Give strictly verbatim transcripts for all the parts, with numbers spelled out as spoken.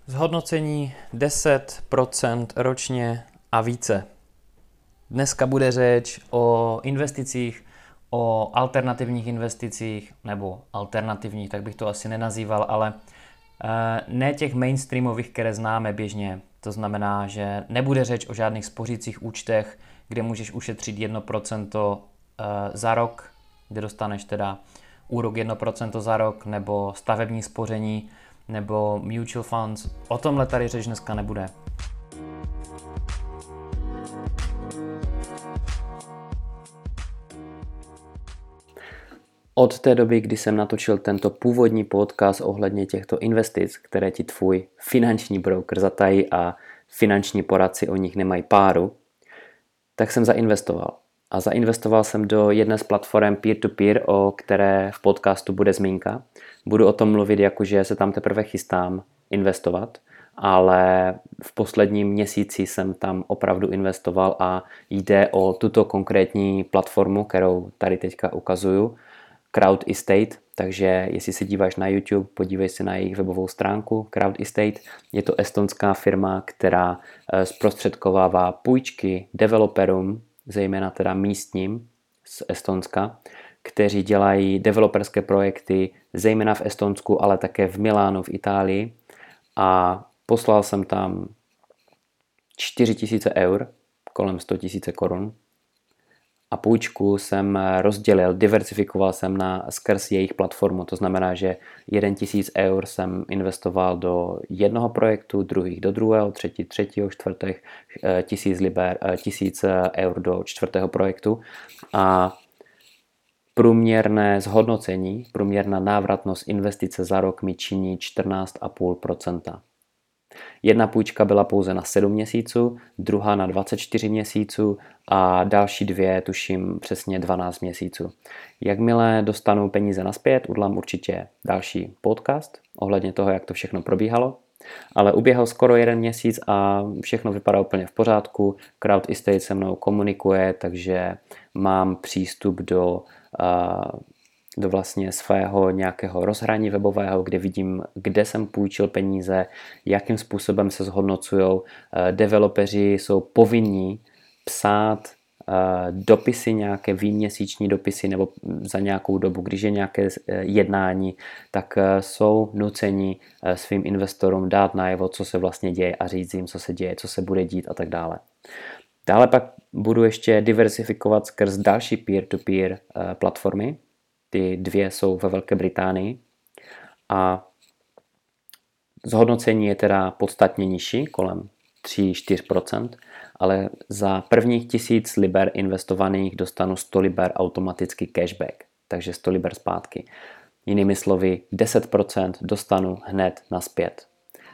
Zhodnocení deset procent ročně a více. Dneska bude řeč o investicích, o alternativních investicích, nebo alternativních, tak bych to asi nenazýval, ale ne těch mainstreamových, které známe běžně. To znamená, že nebude řeč o žádných spořících účtech, kde můžeš ušetřit jedno procento za rok, kde dostaneš teda úrok jedno procento za rok, nebo stavební spoření, nebo mutual funds. O tomhle tady řeč dneska nebude. Od té doby, kdy jsem natočil tento původní podcast ohledně těchto investic, které ti tvůj finanční broker zatají a finanční poradci o nich nemají páru, tak jsem zainvestoval. A zainvestoval jsem do jedné z platform peer-to-peer, o které v podcastu bude zmínka. Budu o tom mluvit, jakože se tam teprve chystám investovat, ale v posledním měsíci jsem tam opravdu investoval a jde o tuto konkrétní platformu, kterou tady teďka ukazuju, Crowd Estate, takže jestli se díváš na YouTube, podívej se na jejich webovou stránku Crowd Estate. Je to estonská firma, která zprostředkovává půjčky developerům, zejména teda místním z Estonska, kteří dělají developerské projekty zejména v Estonsku, ale také v Milánu v Itálii. A poslal jsem tam čtyři tisíce eur, kolem sto tisíc korun. A půjčku jsem rozdělil, diversifikoval jsem na skrz jejich platformu. To znamená, že jeden tisíc eur jsem investoval do jednoho projektu, druhých do druhého, třetí, třetího, čtvrtých, tisíc, liber, tisíc eur do čtvrtého projektu. A průměrné zhodnocení, průměrná návratnost investice za rok mi činí čtrnáct celá pět procenta. Jedna půjčka byla pouze na sedm měsíců, druhá na dvacet čtyři měsíců a další dvě tuším přesně dvanáct měsíců. Jakmile dostanu peníze nazpět, udělám určitě další podcast ohledně toho, jak to všechno probíhalo. Ale uběhl skoro jeden měsíc a všechno vypadá úplně v pořádku. Crowd Estate se mnou komunikuje, takže mám přístup do uh, do vlastně svého nějakého rozhraní webového, kde vidím, kde jsem půjčil peníze, jakým způsobem se zhodnocujou. Developeři jsou povinní psát dopisy, nějaké výměsíční dopisy nebo za nějakou dobu, když je nějaké jednání, tak jsou nuceni svým investorům dát najevo, co se vlastně děje a říct jim, co se děje, co se bude dít a tak dále. Dále pak budu ještě diversifikovat skrz další peer-to-peer platformy. Ty dvě jsou ve Velké Británii a zhodnocení je teda podstatně nižší, kolem tři až čtyři procenta, ale za prvních tisíc liber investovaných dostanu sto liber automaticky cashback, takže sto liber zpátky. Jinými slovy, deset procent dostanu hned nazpět.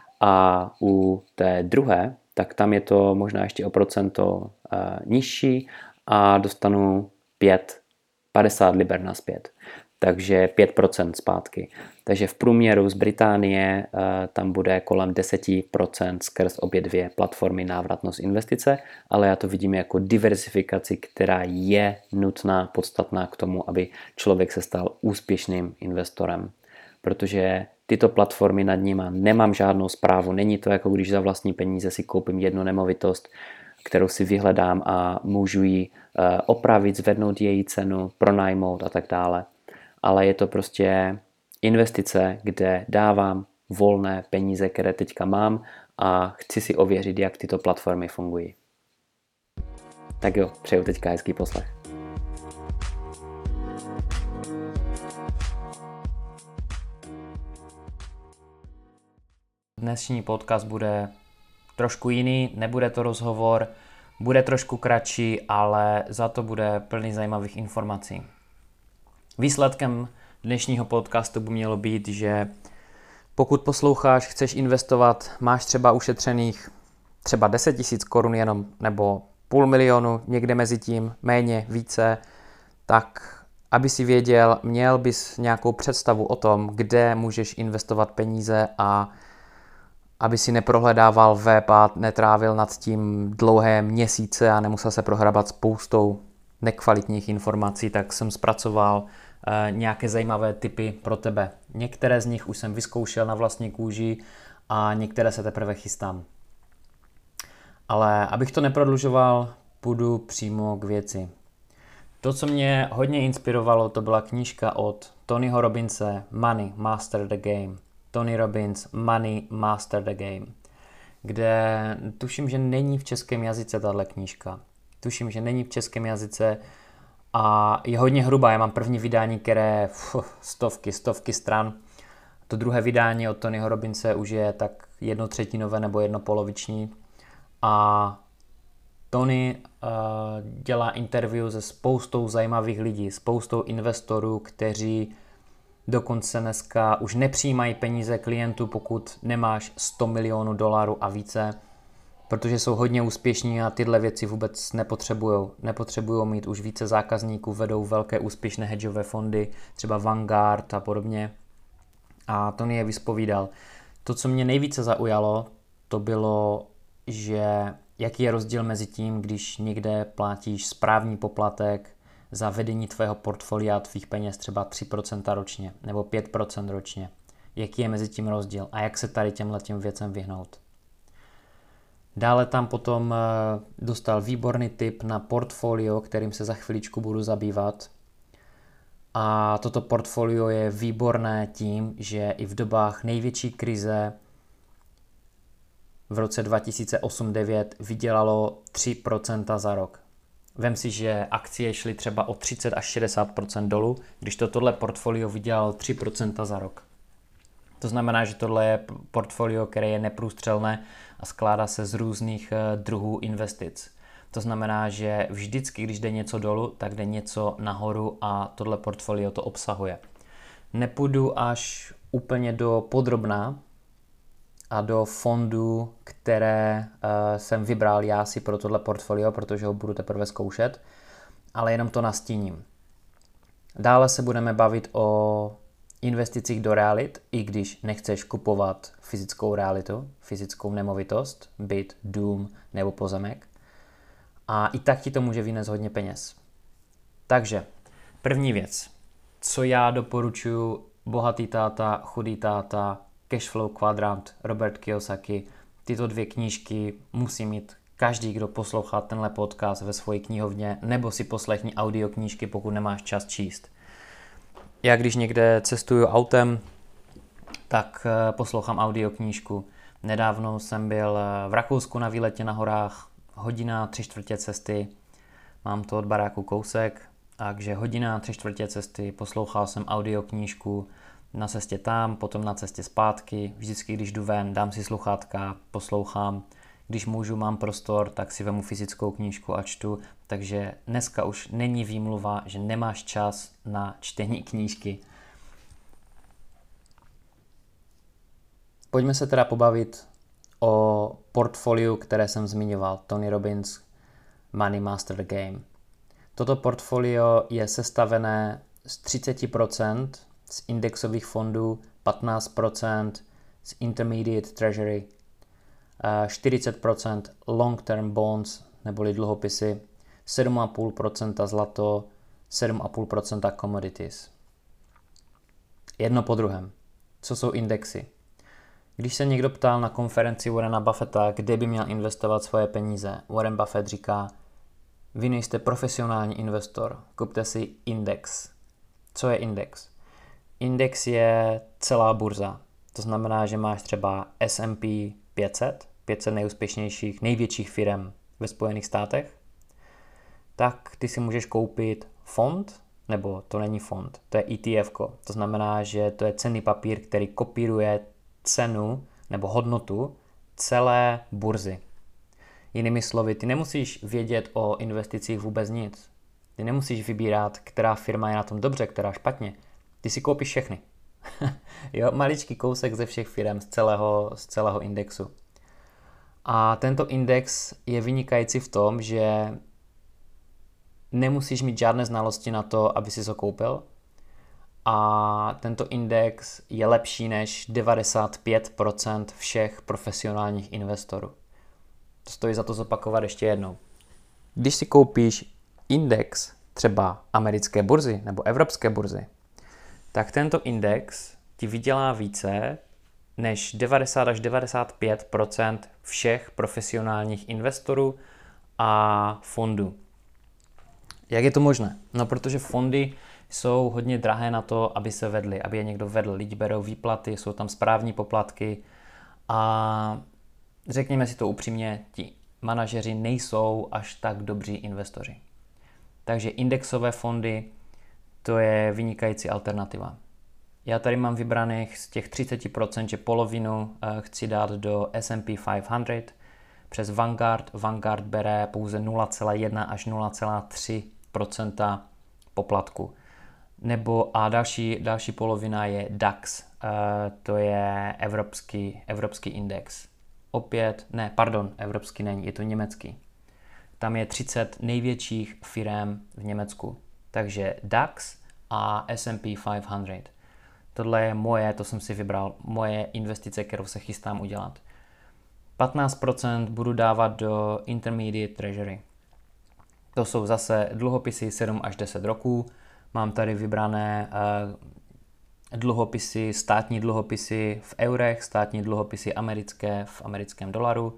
A u té druhé, tak tam je to možná ještě o procento uh, nižší a dostanu pět padesát liber nazpět, takže pět procent zpátky. Takže v průměru z Británie uh, tam bude kolem deset procent skrz obě dvě platformy návratnost investice, ale já to vidím jako diversifikaci, která je nutná, podstatná k tomu, aby člověk se stal úspěšným investorem. Protože tyto platformy nad nimi nemám žádnou správu. Není to jako když za vlastní peníze si koupím jednu nemovitost, kterou si vyhledám a můžu ji opravit, zvednout její cenu, pronajmout a tak dále. Ale je to prostě investice, kde dávám volné peníze, které teďka mám a chci si ověřit, jak tyto platformy fungují. Tak jo, přeju teďka hezký poslech. Dnešní podcast bude trošku jiný, nebude to rozhovor, bude trošku kratší, ale za to bude plný zajímavých informací. Výsledkem dnešního podcastu by mělo být, že pokud posloucháš, chceš investovat, máš třeba ušetřených třeba deset tisíc korun jenom, nebo půl milionu, někde mezi tím, méně, více, tak aby si věděl, měl bys nějakou představu o tom, kde můžeš investovat peníze a aby si neprohledával web a netrávil nad tím dlouhé měsíce a nemusel se prohrabat spoustou nekvalitních informací, tak jsem zpracoval e, nějaké zajímavé tipy pro tebe. Některé z nich už jsem vyzkoušel na vlastní kůži a některé se teprve chystám. Ale abych to neprodlužoval, půjdu přímo k věci. To, co mě hodně inspirovalo, to byla knížka od Tonyho Robbinse Money Master the Game. Tony Robbins Money Master the Game, kde tuším, že není v českém jazyce tahle knížka. Tuším, že není v českém jazyce a je hodně hrubá. Já mám první vydání, které fuh, stovky, stovky stran. To druhé vydání od Tonyho Robbinse už je tak jednotřetinové nebo jednopoloviční. A Tony uh, dělá interview se spoustou zajímavých lidí, spoustou investorů, kteří dokonce dneska už nepřijímají peníze klientů, pokud nemáš sto milionů dolarů a více, protože jsou hodně úspěšní a tyhle věci vůbec nepotřebují. Nepotřebují mít už více zákazníků, vedou velké úspěšné hedžové fondy, třeba Vanguard a podobně. A Tony je vyspovídal. To, co mě nejvíce zaujalo, to bylo, že jaký je rozdíl mezi tím, když někde platíš správní poplatek za vedení tvého portfolia, tvých peněz třeba tři procenta ročně nebo pět procent ročně. Jaký je mezi tím rozdíl a jak se tady těmhletěm věcem vyhnout. Dále tam potom dostal výborný tip na portfolio, kterým se za chviličku budu zabývat. A toto portfolio je výborné tím, že i v dobách největší krize v roce dva tisíce osm devět vydělalo tři procenta za rok. Vem si, že akcie šly třeba o třicet až šedesát procent dolů, když to tohle portfolio vydělalo tři procenta za rok. To znamená, že tohle je portfolio, které je neprůstřelné a skládá se z různých druhů investic. To znamená, že vždycky, když jde něco dolů, tak jde něco nahoru a tohle portfolio to obsahuje. Nepůjdu až úplně do podrobná a do fondů, které uh, jsem vybral já si pro tohle portfolio, protože ho budu teprve zkoušet, ale jenom to nastíním. Dále se budeme bavit o investicích do realit, i když nechceš kupovat fyzickou realitu, fyzickou nemovitost, byt, dům nebo pozemek. A i tak ti to může vynést hodně peněz. Takže první věc, co já doporučuji, Bohatý táta, chudý táta, Cashflow Quadrant, Robert Kiyosaki, tyto dvě knížky musí mít každý, kdo poslouchá tenhle podcast ve své knihovně, nebo si poslechni audioknížky, pokud nemáš čas číst. Já když někde cestuju autem, tak poslouchám audioknížku. Nedávno jsem byl v Rakousku na výletě na horách, hodina, tři čtvrtě cesty, mám to od baráku kousek, takže hodina, tři čtvrtě cesty, poslouchal jsem audioknížku na cestě tam, potom na cestě zpátky, vždycky když jdu ven, dám si sluchátka, poslouchám, když můžu, mám prostor, tak si vemu fyzickou knížku a čtu, takže dneska už není výmluva, že nemáš čas na čtení knížky. Pojďme se teda pobavit o portfoliu, které jsem zmiňoval, Tony Robbins Money Master the Game. Toto portfolio je sestavené z třicet procent z indexových fondů, patnáct procent z intermediate treasury, čtyřicet procent long-term bonds neboli dluhopisy, sedm celá pět procenta zlato, sedm celá pět procenta commodities. Jedno po druhém. Co jsou indexy? Když se někdo ptal na konferenci Warrena Buffetta, kde by měl investovat svoje peníze, Warren Buffett říká, vy nejste profesionální investor, kupte si index. Co je index? Index je celá burza. To znamená, že máš třeba S and P pět set, pět set nejúspěšnějších, největších firm ve Spojených státech, tak ty si můžeš koupit fond, nebo to není fond, to je E T F ko. To znamená, že to je cenný papír, který kopíruje cenu nebo hodnotu celé burzy. Jinými slovy, ty nemusíš vědět o investicích vůbec nic. Ty nemusíš vybírat, která firma je na tom dobře, která špatně. Ty si koupíš všechny. Jo, maličký kousek ze všech firm z celého, z celého indexu. A tento index je vynikající v tom, že nemusíš mít žádné znalosti na to, aby si ho koupil. A tento index je lepší než devadesát pět procent všech profesionálních investorů. To stojí za to zopakovat ještě jednou. Když si koupíš index třeba americké burzy nebo evropské burzy, tak tento index ti vydělá více než devadesát až devadesát pět procent všech profesionálních investorů a fondů. Jak je to možné? No, protože fondy jsou hodně drahé na to, aby se vedly, aby je někdo vedl. Lidi berou výplaty, jsou tam správní poplatky a řekněme si to upřímně, ti manažeři nejsou až tak dobří investoři. Takže indexové fondy, to je vynikající alternativa. Já tady mám vybraných z těch třicet procent, že polovinu chci dát do S and P pět set přes Vanguard. Vanguard bere pouze nula celá jedna až nula celá tři procenta poplatku. Nebo a další, další polovina je D A X, to je evropský, evropský index. Opět, ne, pardon, evropský není, je to německý. Tam je třicet největších firem v Německu. Takže D A X a S and P pět set. Tohle je moje, to jsem si vybral, moje investice, kterou se chystám udělat. patnáct procent budu dávat do Intermediate Treasury. To jsou zase dluhopisy sedm až deset roků. Mám tady vybrané uh, dluhopisy, státní dluhopisy v eurech, státní dluhopisy americké v americkém dolaru.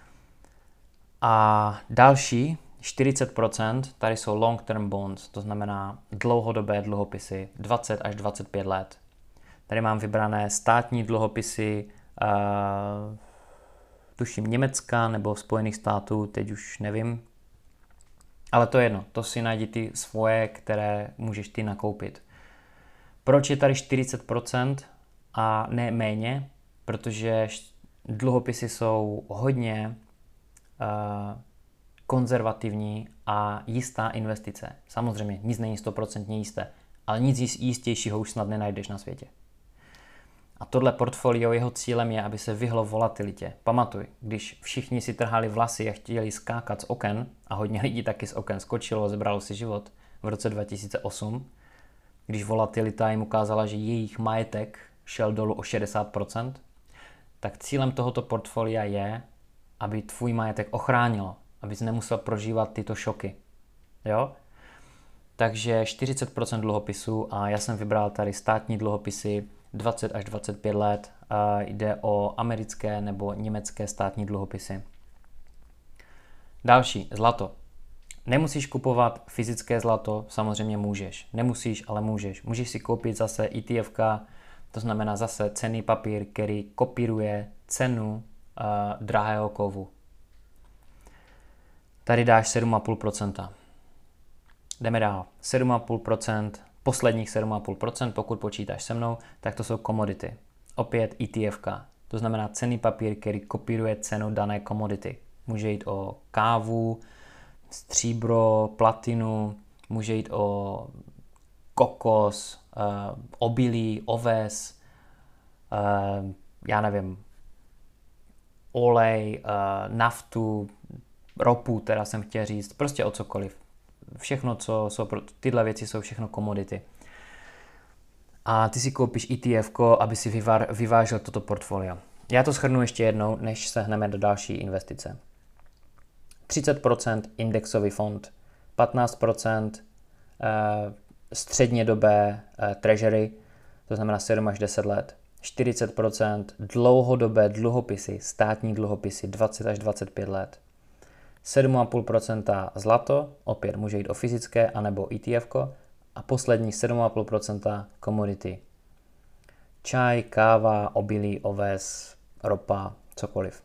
A další čtyřicet procent tady jsou long term bonds, to znamená dlouhodobé dluhopisy, dvacet až dvacet pět let. Tady mám vybrané státní dluhopisy, uh, tuším Německa nebo Spojených států, teď už nevím. Ale to je jedno, to si najdi ty svoje, které můžeš ty nakoupit. Proč je tady čtyřicet procent a ne méně? Protože dluhopisy jsou hodně uh, konzervativní a jistá investice. Samozřejmě nic není sto procent jisté, ale nic jistějšího už snad nenajdeš na světě. A tohle portfolio, jeho cílem je, aby se vyhlo volatilitě. Pamatuj, když všichni si trhali vlasy a chtěli skákat z oken, a hodně lidí taky z oken skočilo, zebralo si život v roce dva tisíce osm, když volatilita jim ukázala, že jejich majetek šel dolů o šedesát procent, tak cílem tohoto portfolia je, aby tvůj majetek ochránilo, abys nemusel prožívat tyto šoky. Jo? Takže čtyřicet procent dluhopisů a já jsem vybral tady státní dluhopisy, dvacet až dvacet pět let, a jde o americké nebo německé státní dluhopisy. Další, zlato. Nemusíš kupovat fyzické zlato, samozřejmě můžeš. Nemusíš, ale můžeš. Můžeš si koupit zase E T F ka, to znamená zase cenný papír, který kopíruje cenu uh, drahého kovu. Tady dáš sedm celá pět procenta. Jdeme dál. sedm celá pět procenta, posledních sedm celá pět procenta, pokud počítáš se mnou, tak to jsou komodity. Opět E T F ka, to znamená cenný papír, který kopíruje cenu dané komodity. Může jít o kávu, stříbro, platinu, může jít o kokos, uh, obilí, oves, uh, já nevím, olej, uh, naftu, ropu, teda jsem chtěl říct, prostě o cokoliv. Všechno, co jsou, tyhle věci jsou všechno komodity. A ty si koupíš E T F ko, aby si vyvar, vyvážel toto portfolio. Já to shrnu ještě jednou, než se hneme do další investice. třicet procent indexový fond, patnáct procent uh, střednědobé uh, treasury, to znamená sedm až deset let, čtyřicet procent dlouhodobé dluhopisy, státní dluhopisy, dvacet až dvacet pět let, sedm celá pět procenta zlato, opět může jít o fyzické anebo E T F ko, a poslední sedm celá pět procenta commodity. Čaj, káva, obilí, oves, ropa, cokoliv.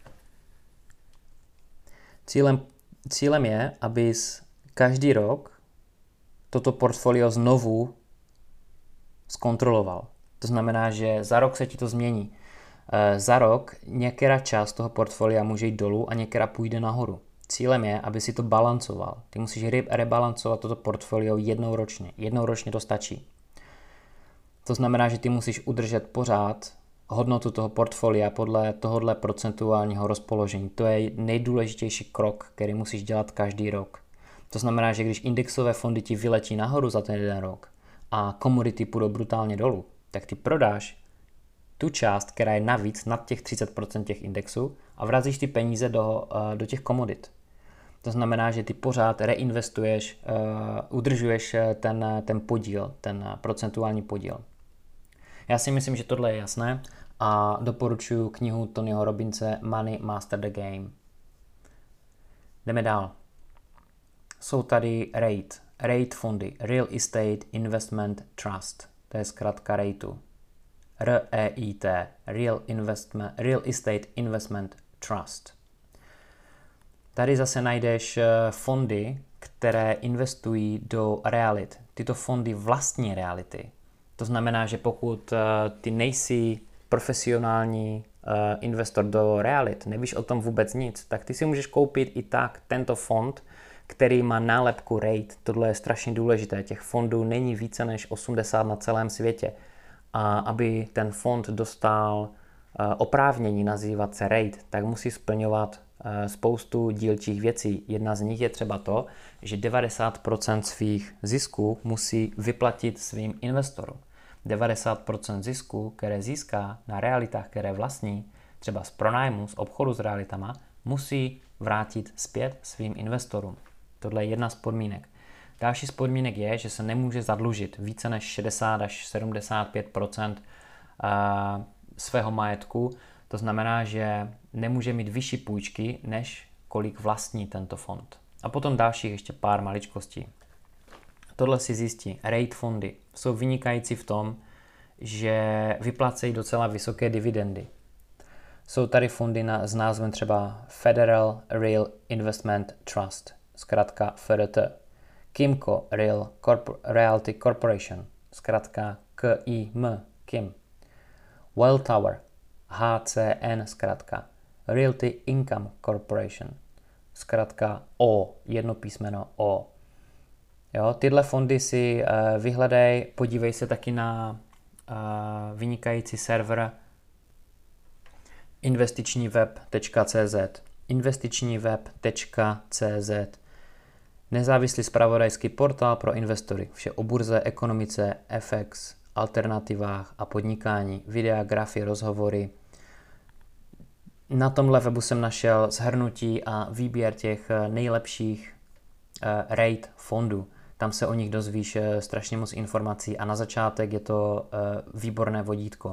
Cílem, cílem je, abys každý rok toto portfolio znovu zkontroloval. To znamená, že za rok se ti to změní. E, za rok některá část toho portfolia může jít dolů a některá půjde nahoru. Cílem je, aby si to balancoval. Ty musíš rebalancovat toto portfolio jednou ročně. Jednou ročně to stačí. To znamená, že ty musíš udržet pořád hodnotu toho portfolia podle tohohle procentuálního rozpoložení. To je nejdůležitější krok, který musíš dělat každý rok. To znamená, že když indexové fondy ti vyletí nahoru za ten jeden rok a komodity půjdou brutálně dolů, tak ty prodáš tu část, která je navíc nad těch třicet procent těch indexů a vracíš ty peníze do, do těch komodit. To znamená, že ty pořád reinvestuješ, uh, udržuješ ten, ten podíl, ten procentuální podíl. Já si myslím, že tohle je jasné a doporučuji knihu Tonyho Robbinse Money Master the Game. Jdeme dál. Jsou tady R E I T. R E I T fondy. Real Estate Investment Trust. To je zkrátka R E I T. R E I T. Real, Investment, Real Estate Investment Trust. Tady zase najdeš fondy, které investují do realit. Tyto fondy vlastní reality. To znamená, že pokud ty nejsi profesionální investor do realit, nevíš o tom vůbec nic, tak ty si můžeš koupit i tak tento fond, který má nálepku R E I T. Tohle je strašně důležité. Těch fondů není více než osmdesát na celém světě. A aby ten fond dostal oprávnění nazývat se R E I T, tak musí splňovat spoustu dílčích věcí. Jedna z nich je třeba to, že devadesát procent svých zisků musí vyplatit svým investorům. devadesát procent zisků, které získá na realitách, které vlastní, třeba z pronájmu, z obchodu s realitama, musí vrátit zpět svým investorům. Tohle je jedna z podmínek. Další z podmínek je, že se nemůže zadlužit více než šedesát až sedmdesát pět procent svého majetku. To znamená, že nemůže mít vyšší půjčky, než kolik vlastní tento fond. A potom dalších ještě pár maličkostí. Tohle si zjistí. R E I T fondy jsou vynikající v tom, že vyplácejí docela vysoké dividendy. Jsou tady fondy na, s názvem třeba Federal Real Investment Trust, zkrátka F R T. Kimco Real Corp- Realty Corporation, zkrátka K I M, Kim. Welltower, H C N, zkrátka Realty Income Corporation, zkrátka O, jedno písmeno O. Jo, tyhle fondy si uh, vyhledej, podívej se taky na uh, vynikající server investičníweb tečka cé zet. investičníweb tečka cé zet. Nezávislý zpravodajský portál pro investory. Vše o burze, ekonomice, F X, alternativách a podnikání. Videa, grafy, rozhovory. Na tomhle webu jsem našel shrnutí a výběr těch nejlepších uh, R E I T fondů. Tam se o nich dozvíš uh, strašně moc informací a na začátek je to uh, výborné vodítko.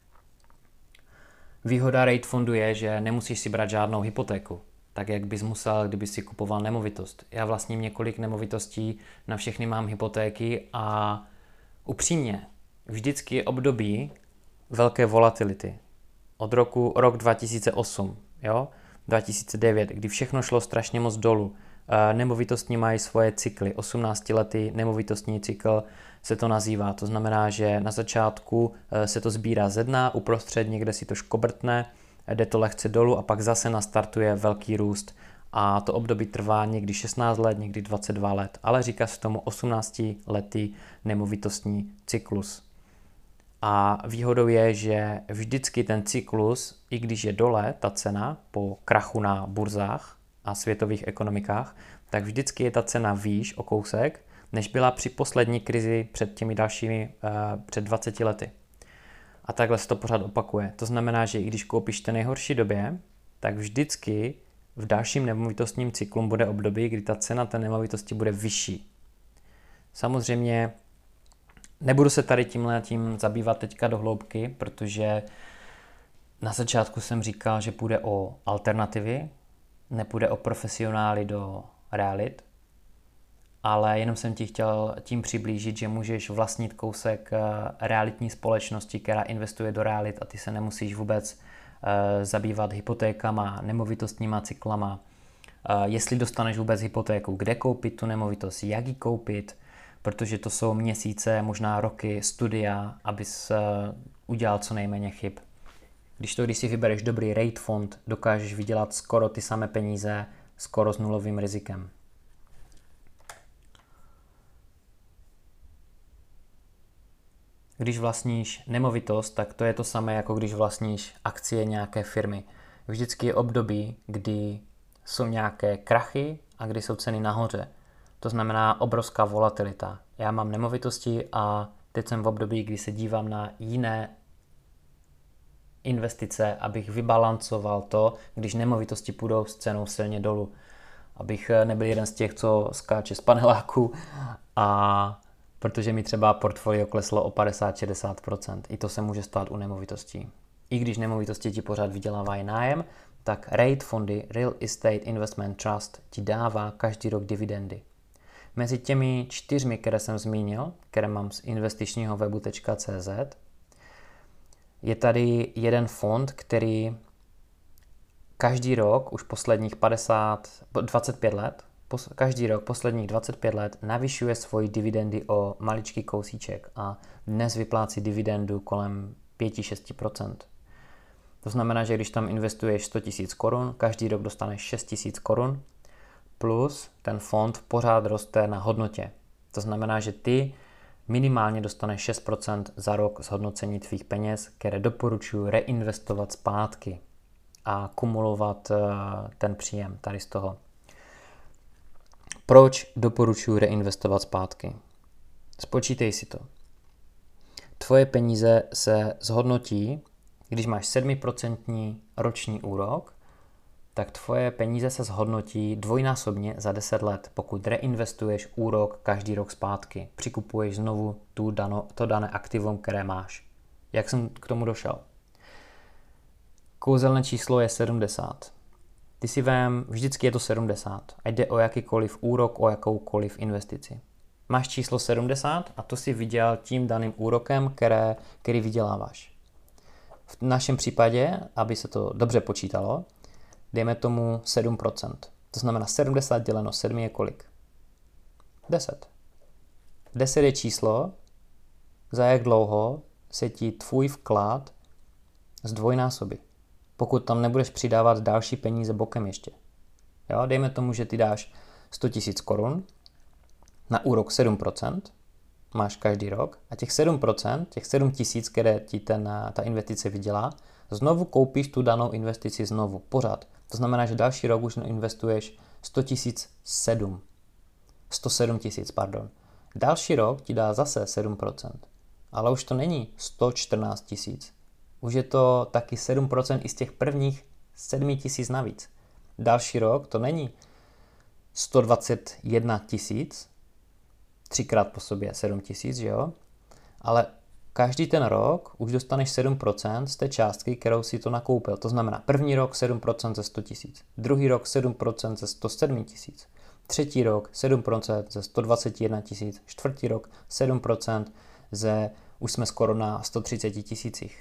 Výhoda R E I T fondu je, že nemusíš si brát žádnou hypotéku, tak jak bys musel, kdyby si kupoval nemovitost. Já vlastním několik nemovitostí, na všechny mám hypotéky a upřímně, vždycky je období velké volatility. Od roku rok dva tisíce osm, jo? dva tisíce devět, kdy všechno šlo strašně moc dolů. Nemovitostní mají svoje cykly, osmnáctiletý nemovitostní cykl se to nazývá. To znamená, že na začátku se to sbírá ze dna, uprostřed někde si to škobrtne, jde to lehce dolů a pak zase nastartuje velký růst. A to období trvá někdy šestnáct let, někdy dvacet dva let. Ale říká se tomu osmnáctiletý nemovitostní cyklus. A výhodou je, že vždycky ten cyklus, i když je dole ta cena po krachu na burzách a světových ekonomikách, tak vždycky je ta cena výš o kousek, než byla při poslední krizi před těmi dalšími uh, před dvaceti lety. A takhle se to pořád opakuje. To znamená, že i když koupíš v té nejhorší době, tak vždycky v dalším nemovitostním cyklu bude období, kdy ta cena té nemovitosti bude vyšší. Samozřejmě nebudu se tady tímhle tím zabývat teďka do hloubky, protože na začátku jsem říkal, že půjde o alternativy, nepůjde o profesionály do realit, ale jenom jsem ti chtěl tím přiblížit, že můžeš vlastnit kousek realitní společnosti, která investuje do realit a ty se nemusíš vůbec zabývat hypotékama, nemovitostníma cyklama, jestli dostaneš vůbec hypotéku, kde koupit tu nemovitost, jak ji koupit, protože to jsou měsíce, možná roky studia, abys udělal co nejméně chyb. Když to, když si vybereš dobrý R E I T fond, dokážeš vydělat skoro ty samé peníze, skoro s nulovým rizikem. Když vlastníš nemovitost, tak to je to samé, jako když vlastníš akcie nějaké firmy. Vždycky je období, kdy jsou nějaké krachy a kdy jsou ceny nahoře. To znamená obrovská volatilita. Já mám nemovitosti a teď jsem v období, kdy se dívám na jiné investice, abych vybalancoval to, když nemovitosti půjdou s cenou silně dolů. Abych nebyl jeden z těch, co skáče z paneláku, a protože mi třeba portfolio kleslo o padesát až šedesát procent. I to se může stát u nemovitostí. I když nemovitosti ti pořád vydělávají nájem, tak R E I T fondy, Real Estate Investment Trust, ti dává každý rok dividendy. Mezi těmi čtyřmi, které jsem zmínil, které mám z investičního webu tečka cé zet, je tady jeden fond, který každý rok, už posledních padesát, dvacet pět let, každý rok posledních dvacet pět let navyšuje svoji dividendy o maličký kousíček a dnes vyplácí dividendu kolem pět až šest procent. To znamená, že když tam investuješ sto tisíc korun, každý rok dostaneš šest tisíc korun, plus ten fond pořád roste na hodnotě. To znamená, že ty minimálně dostaneš šest procent za rok z hodnocení tvých peněz, které doporučuji reinvestovat zpátky a kumulovat ten příjem tady z toho. Proč doporučuji reinvestovat zpátky? Spočítej si to. Tvoje peníze se zhodnotí, když máš sedm procent roční úrok, tak tvoje peníze se zhodnotí dvojnásobně za deset let, pokud reinvestuješ úrok každý rok zpátky. Přikupuješ znovu tu dano, to dané aktivum, které máš. Jak jsem k tomu došel? Kouzelné číslo je sedmdesát. Ty si vem, vždycky je to sedmdesát. A jde o jakýkoliv úrok, o jakoukoliv investici. Máš číslo sedmdesát a to si vydělal tím daným úrokem, které, který vyděláváš. V našem případě, aby se to dobře počítalo, dejme tomu sedm procent. To znamená sedmdesát děleno sedm je kolik? deset. deset je číslo, za jak dlouho se ti tvůj vklad zdvojnásobí. Pokud tam nebudeš přidávat další peníze bokem ještě. Jo, dejme tomu, že ty dáš sto tisíc korun na úrok sedm procent, máš každý rok a těch sedm procent, těch sedm tisíc, které ti ten, ta investice vydělá, znovu koupíš tu danou investici znovu, pořád. To znamená, že další rok už investuješ sto tisíc sedm. sto sedm tisíc, pardon. Další rok ti dá zase sedm procent. Ale už to není sto čtrnáct tisíc. Už je to taky sedm procent i z těch prvních sedm tisíc navíc. Další rok to není sto dvacet jedna tisíc, třikrát po sobě sedm tisíc, že jo? Ale každý ten rok už dostaneš sedm procent z té částky, kterou si to nakoupil. To znamená první rok sedm procent ze sto tisíc, druhý rok sedm procent ze sto sedm tisíc, třetí rok sedm procent ze sto dvacet jedna tisíc, čtvrtý rok sedm procent ze, už jsme skoro na sto třicet tisících.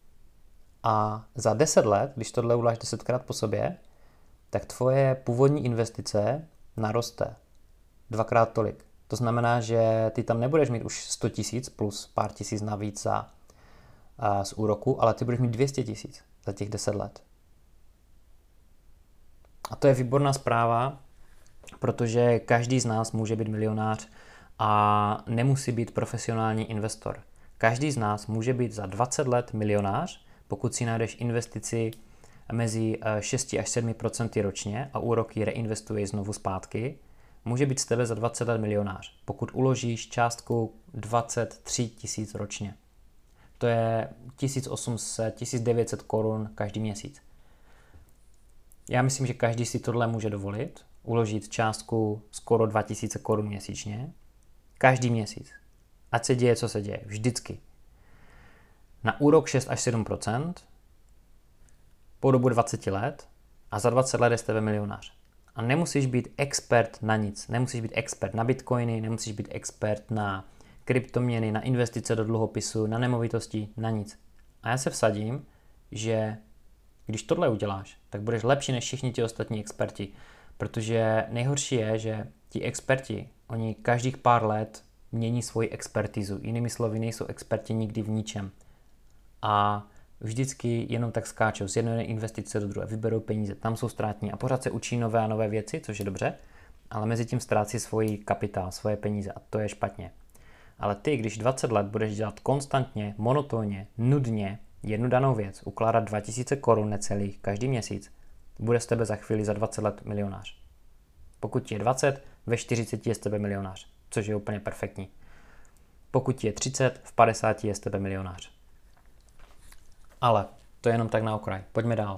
A za deset let, když tohle uděláš desetkrát po sobě, tak tvoje původní investice naroste dvakrát tolik. To znamená, že ty tam nebudeš mít už sto tisíc plus pár tisíc navíc za, a, z úroku, ale ty budeš mít dvě stě tisíc za těch deset let. A to je výborná zpráva, protože každý z nás může být milionář a nemusí být profesionální investor. Každý z nás může být za dvacet let milionář, pokud si najdeš investici mezi šest až sedm procent ročně a úroky reinvestuješ znovu zpátky, může být z tebe za dvacet let milionář, pokud uložíš částku dvacet tři tisíc ročně. To je tisíc osm set, tisíc devět set korun každý měsíc. Já myslím, že každý si tohle může dovolit, uložit částku skoro dva tisíce korun měsíčně, každý měsíc. Ať se děje, co se děje, vždycky. Na úrok šest až sedm procent po dobu dvacet let a za dvacet let je z tebe milionář. A nemusíš být expert na nic. Nemusíš být expert na bitcoiny, nemusíš být expert na kryptoměny, na investice do dluhopisu, na nemovitosti, na nic. A já se vsadím, že když tohle uděláš, tak budeš lepší než všichni ti ostatní experti. Protože nejhorší je, že ti experti, oni každých pár let mění svoji expertizu. Jinými slovy, nejsou experti nikdy v ničem. A vždycky jenom tak skáčou z jedné investice do druhé, vyberou peníze, tam jsou ztrátní a pořád se učí nové a nové věci, což je dobře, ale mezi tím ztrácí svůj kapitál, svoje peníze a to je špatně. Ale ty, když dvacet let budeš dělat konstantně, monotónně, nudně jednu danou věc, ukládat dva tisíce korun necelých každý měsíc, bude z tebe za chvíli za dvacet let milionář. Pokud ti je dvacet, ve čtyřiceti je z tebe milionář, což je úplně perfektní. Pokud ti je třicet, v padesáti je z tebe milionář. Ale to je jenom tak na okraj. Pojďme dál.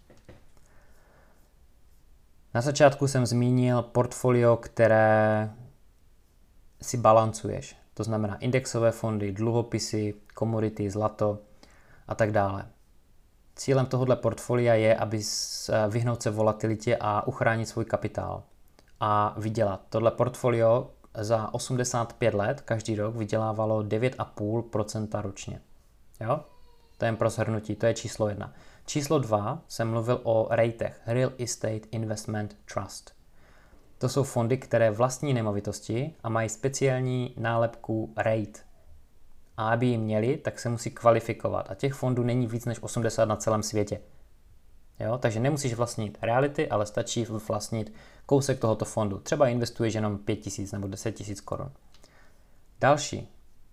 Na začátku jsem zmínil portfolio, které si balancuješ. To znamená indexové fondy, dluhopisy, komodity, zlato a tak dále. Cílem tohoto portfolia je, aby vyhnout se volatilitě a uchránit svůj kapitál a vydělat. Tohle portfolio za osmdesát pět let každý rok vydělávalo devět celá pět procenta ročně. Jo? To je jen pro shrnutí, to je číslo jedna. Číslo dva jsem mluvil o REITech, Real Estate Investment Trust. To jsou fondy, které vlastní nemovitosti a mají speciální nálepku REIT. A aby ji měli, tak se musí kvalifikovat. A těch fondů není víc než osmdesát na celém světě. Jo? Takže nemusíš vlastnit reality, ale stačí vlastnit kousek tohoto fondu. Třeba investuješ jenom pět tisíc nebo deset tisíc korun. Další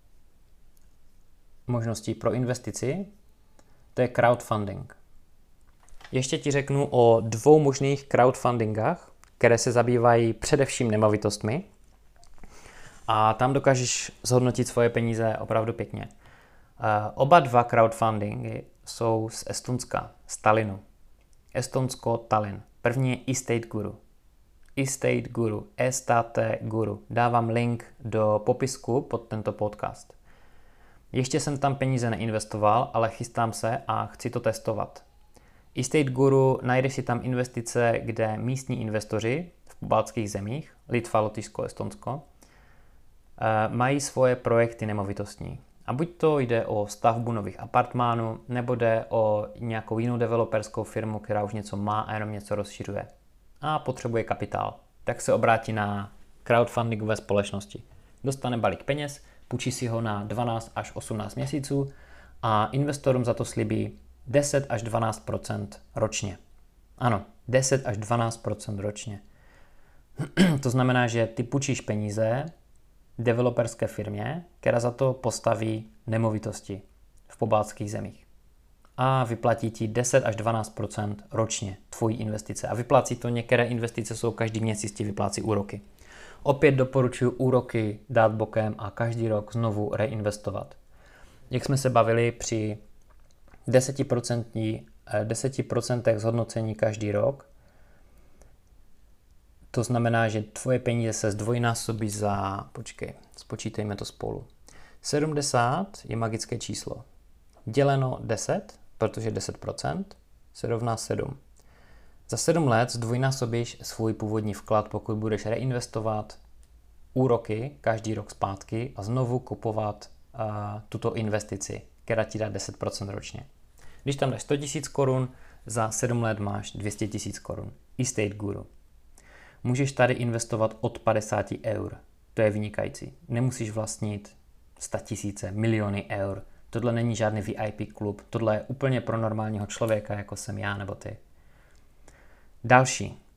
možností pro investici, to je crowdfunding. Ještě ti řeknu o dvou možných crowdfundingách, které se zabývají především nemovitostmi. A tam dokážeš zhodnotit svoje peníze opravdu pěkně. Oba dva crowdfundingy jsou z Estonska, z Tallinnu. Estonsko, Tallinn. První je Estate Guru. Estate Guru, E S T Guru. Dávám link do popisku pod tento podcast. Ještě jsem tam peníze neinvestoval, ale chystám se a chci to testovat. Estate Guru, najdeš si tam investice, kde místní investoři v pobaltských zemích, Litva, Lotyšsko, Estonsko, mají svoje projekty nemovitostní. A buď to jde o stavbu nových apartmánů, nebo jde o nějakou jinou developerskou firmu, která už něco má a jenom něco rozšiřuje. A potřebuje kapitál. Tak se obrátí na crowdfundingové společnosti. Dostane balík peněz, půjčí si ho na dvanáct až osmnáct měsíců a investorům za to slibí deset až dvanáct procent ročně. Ano, deset až dvanáct procent ročně. To znamená, že ty půjčíš peníze developerské firmě, která za to postaví nemovitosti v pobaltských zemích. A vyplatí ti deset až dvanáct procent ročně tvojí investice. A vyplácí to, některé investice jsou každý měsíc ti vyplácí úroky. Opět doporučuji úroky dát bokem a každý rok znovu reinvestovat. Jak jsme se bavili při deset procent zhodnocení každý rok, to znamená, že tvoje peníze se zdvojnásobí za, počkej, spočítejme to spolu. sedmdesát je magické číslo. Děleno deset, protože deset procent se rovná sedm. Za sedm let zdvojnásobíš svůj původní vklad, pokud budeš reinvestovat úroky každý rok zpátky a znovu kupovat uh, tuto investici, která ti dá deset procent ročně. Když tam dáš sto tisíc korun, za sedm let máš dvě stě tisíc korun. Estate Guru. Můžeš tady investovat od padesát eur. To je vynikající. Nemusíš vlastnit sta tisíce, miliony eur. Tohle není žádný V I P klub. Tohle je úplně pro normálního člověka, jako jsem já nebo ty. Další.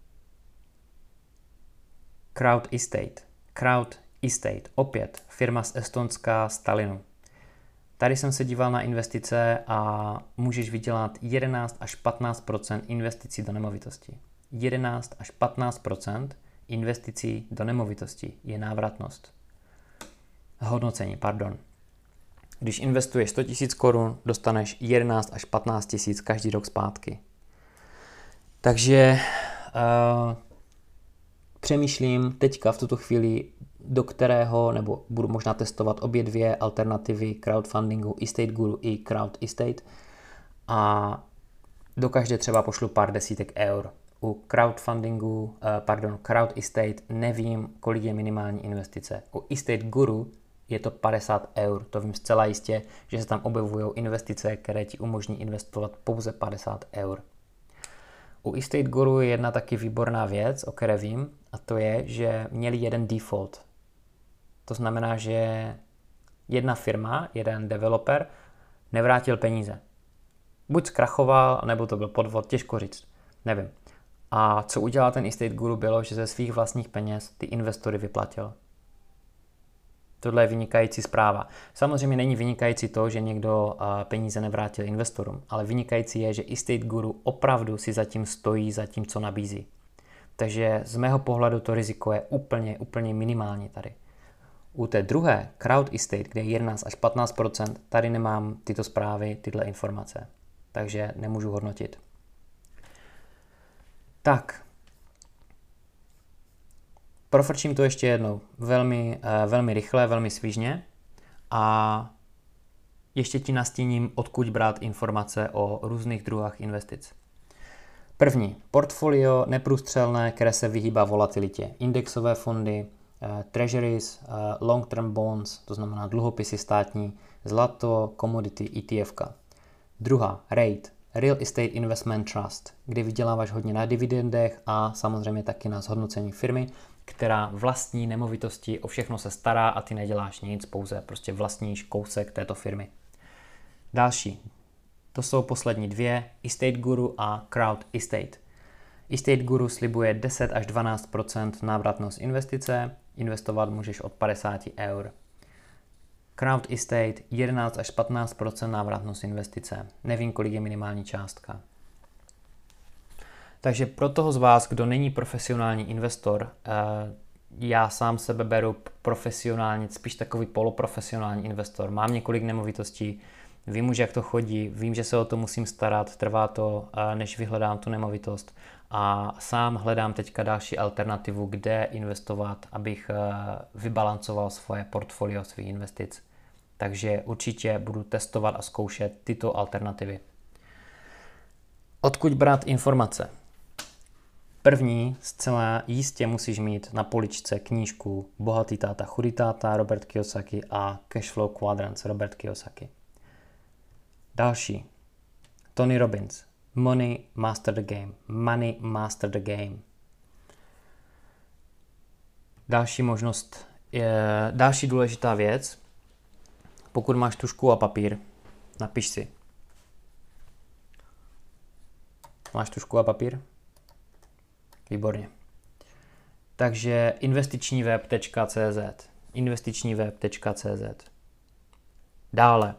Crowd Estate. Crowd Estate. Opět firma z Estonska, z Tallinnu. Tady jsem se díval na investice a můžeš vydělat jedenáct až patnáct procent investicí do nemovitosti. jedenáct až patnáct procent investicí do nemovitosti je návratnost. Hodnocení, pardon. Když investuješ sto tisíc korun, dostaneš jedenáct až patnáct tisíc každý rok zpátky. Takže uh, přemýšlím teďka v tuto chvíli, do kterého, nebo budu možná testovat obě dvě alternativy crowdfundingu, Estate Guru i Crowd Estate, a do každé třeba pošlu pár desítek eur. U crowdfundingu, pardon, Crowd Estate nevím, kolik je minimální investice. U Estate Guru je to padesát eur. To vím zcela jistě, že se tam objevují investice, které ti umožní investovat pouze padesát eur. U Estate Guru je jedna taky výborná věc, o které vím, a to je, že měli jeden default. To znamená, že jedna firma, jeden developer nevrátil peníze. Buď zkrachoval, nebo to byl podvod, těžko říct. Nevím. A co udělal ten Estate Guru bylo, že ze svých vlastních peněz ty investory vyplatil. Tohle je vynikající zpráva. Samozřejmě není vynikající to, že někdo peníze nevrátil investorům, ale vynikající je, že Estate Guru opravdu si zatím stojí za tím, co nabízí. Takže z mého pohledu to riziko je úplně, úplně minimální tady. U té druhé, Crowd Estate, kde je jedenáct až patnáct procent, tady nemám tyto zprávy, tyhle informace. Takže nemůžu hodnotit. Tak. Profrčím to ještě jednou. Velmi, velmi rychle, velmi svížně. A ještě ti nastíním, odkud brát informace o různých druhách investic. První, portfolio neprůstřelné, které se vyhýbá volatilitě. Indexové fondy, treasuries, long-term bonds, to znamená dluhopisy státní, zlato, commodity, E T F ka. Druhá, R E I T, Real Estate Investment Trust, kde vyděláváš hodně na dividendech a samozřejmě taky na zhodnocení firmy, která vlastní nemovitosti, o všechno se stará a ty neděláš nic, pouze prostě vlastníš kousek této firmy. Další, to jsou poslední dvě, Estate Guru a Crowd Estate. Estate Guru slibuje deset až dvanáct procent návratnost investice, investovat můžeš od padesát eur. Crowd Estate jedenáct až patnáct procent návratnost investice. Nevím, kolik je minimální částka. Takže pro toho z vás, kdo není profesionální investor, já sám sebe beru profesionálně, spíš takový poloprofesionální investor. Mám několik nemovitostí, vím už, jak to chodí, vím, že se o to musím starat, trvá to, než vyhledám tu nemovitost. A sám hledám teďka další alternativu, kde investovat, abych vybalancoval svoje portfolio svých investic. Takže určitě budu testovat a zkoušet tyto alternativy. Odkud brát informace? První, zcela jistě musíš mít na poličce knížku Bohatý táta, chudý táta Robert Kiyosaki a Cashflow Quadrants Robert Kiyosaki. Další, Tony Robbins, Money Master the Game, Money Master the Game. Další možnost, je, další důležitá věc, pokud máš tužku a papír, napiš si. Máš tužku a papír? Výborně. Takže investičníweb tečka cé zet. investičníweb tečka cé zet. Dále.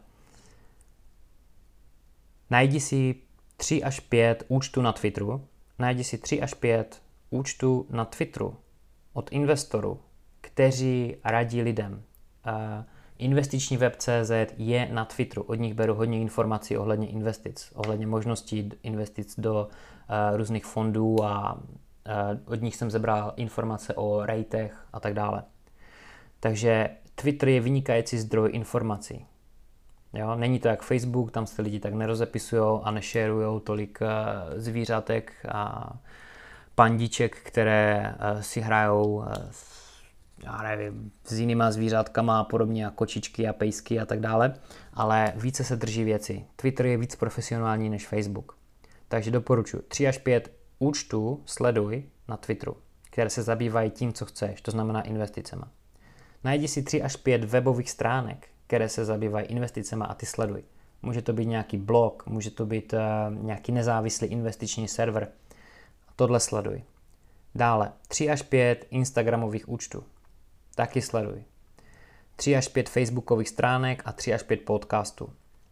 Najdi si tři až pět účtů na Twitteru. Najdi si tři až pět účtů na Twitteru od investorů, kteří radí lidem. Investiční web tečka cé zet je na Twitteru. Od nich beru hodně informací ohledně investic, ohledně možností investic do uh, různých fondů a uh, od nich jsem zebral informace o rejtech a tak dále. Takže Twitter je vynikající zdroj informací. Jo? Není to jak Facebook, tam se lidi tak nerozepisují a nešerujou tolik uh, zvířatek a pandíček, které uh, si hrajou uh, já nevím, s jinýma zvířátkama a podobně, jako kočičky a pejsky a tak dále, ale více se drží věci. Twitter je víc profesionální než Facebook. Takže doporučuji tři až pět účtů sleduj na Twitteru, které se zabývají tím, co chceš, to znamená investicema. Najdi si tři až pět webových stránek, které se zabývají investicema a ty sleduj. Může to být nějaký blog, může to být uh, nějaký nezávislý investiční server. Tohle sleduj. Dále tři až pět Instagramových účtů. Taky sleduj. tři až pět Facebookových stránek a tři až pět podcastů.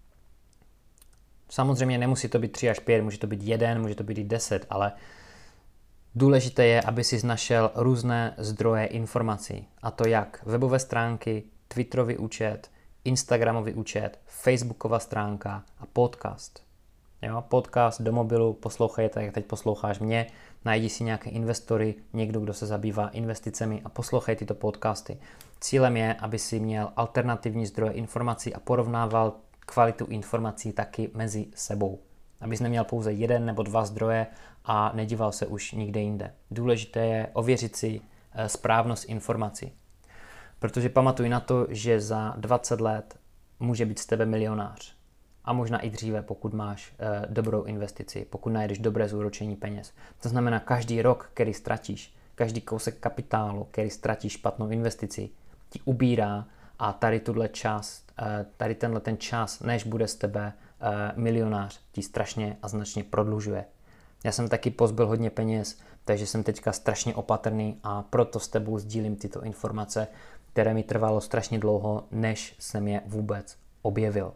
Samozřejmě nemusí to být tři až pět, může to být jeden, může to být i deset, ale důležité je, aby si našel různé zdroje informací. A to jak webové stránky, Twitterový účet, Instagramový účet, Facebooková stránka a podcast. Jo, podcast do mobilu, poslouchej tak, jak teď posloucháš mě, najdi si nějaké investory, někdo, kdo se zabývá investicemi a poslouchej tyto podcasty. Cílem je, aby si měl alternativní zdroje informací a porovnával kvalitu informací taky mezi sebou. Abys neměl pouze jeden nebo dva zdroje a nedíval se už nikde jinde. Důležité je ověřit si správnost informací. Protože pamatuj na to, že za dvacet let může být z tebe milionář. A možná i dříve, pokud máš e, dobrou investici, pokud najdeš dobré zúročení peněz. To znamená, každý rok, který ztratíš, každý kousek kapitálu, který ztratíš špatnou investici, ti ubírá a tady tuhle čas, e, tady tenhle ten čas, než bude z tebe e, milionář, ti strašně a značně prodlužuje. Já jsem taky pozbyl hodně peněz, takže jsem teďka strašně opatrný a proto s tebou sdílím tyto informace, které mi trvalo strašně dlouho, než jsem je vůbec objevil.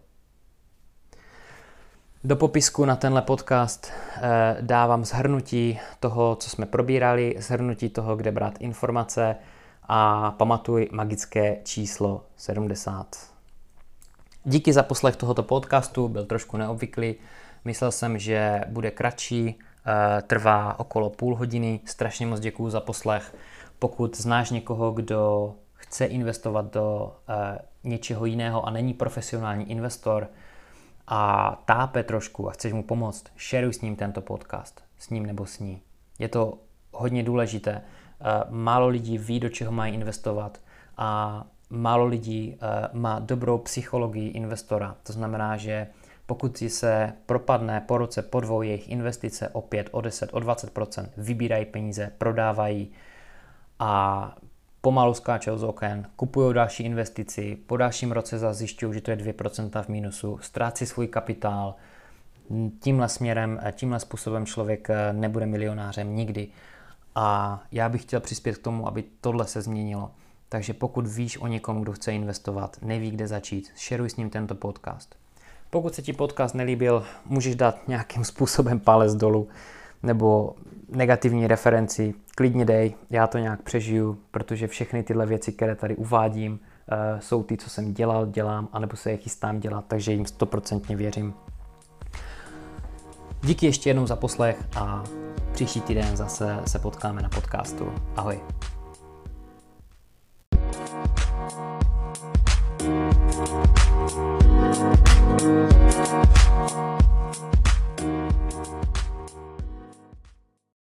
Do popisku na tenhle podcast eh, dávám shrnutí toho, co jsme probírali, shrnutí toho, kde brát informace a pamatuj magické číslo sedmdesát. Díky za poslech tohoto podcastu, byl trošku neobvyklý, myslel jsem, že bude kratší, eh, trvá okolo půl hodiny, strašně moc děkuju za poslech. Pokud znáš někoho, kdo chce investovat do uh, něčeho jiného a není profesionální investor a tápe trošku a chceš mu pomoct, šeruj s ním tento podcast, s ním nebo s ní. Je to hodně důležité. Uh, málo lidí ví, do čeho mají investovat a málo lidí uh, má dobrou psychologii investora. To znamená, že pokud si se propadne po roce, po dvou jejich investice o pět, o deset, o dvacet procent, vybírají peníze, prodávají a pomalu skáčou z oken, kupují další investici, po dalším roce zase zjišťují, že to je dvě procenta v mínusu, ztrácí svůj kapitál. Tímhle směrem, tímhle způsobem člověk nebude milionářem nikdy. A já bych chtěl přispět k tomu, aby tohle se změnilo. Takže pokud víš o někom, kdo chce investovat, neví, kde začít, šeruj s ním tento podcast. Pokud se ti podcast nelíbil, můžeš dát nějakým způsobem palec dolů nebo negativní referenci, klidně dej, já to nějak přežiju, protože všechny tyhle věci, které tady uvádím, jsou ty, co jsem dělal, dělám, anebo se je chystám dělat, takže jim stoprocentně věřím. Díky ještě jednou za poslech a příští týden zase se potkáme na podcastu. Ahoj.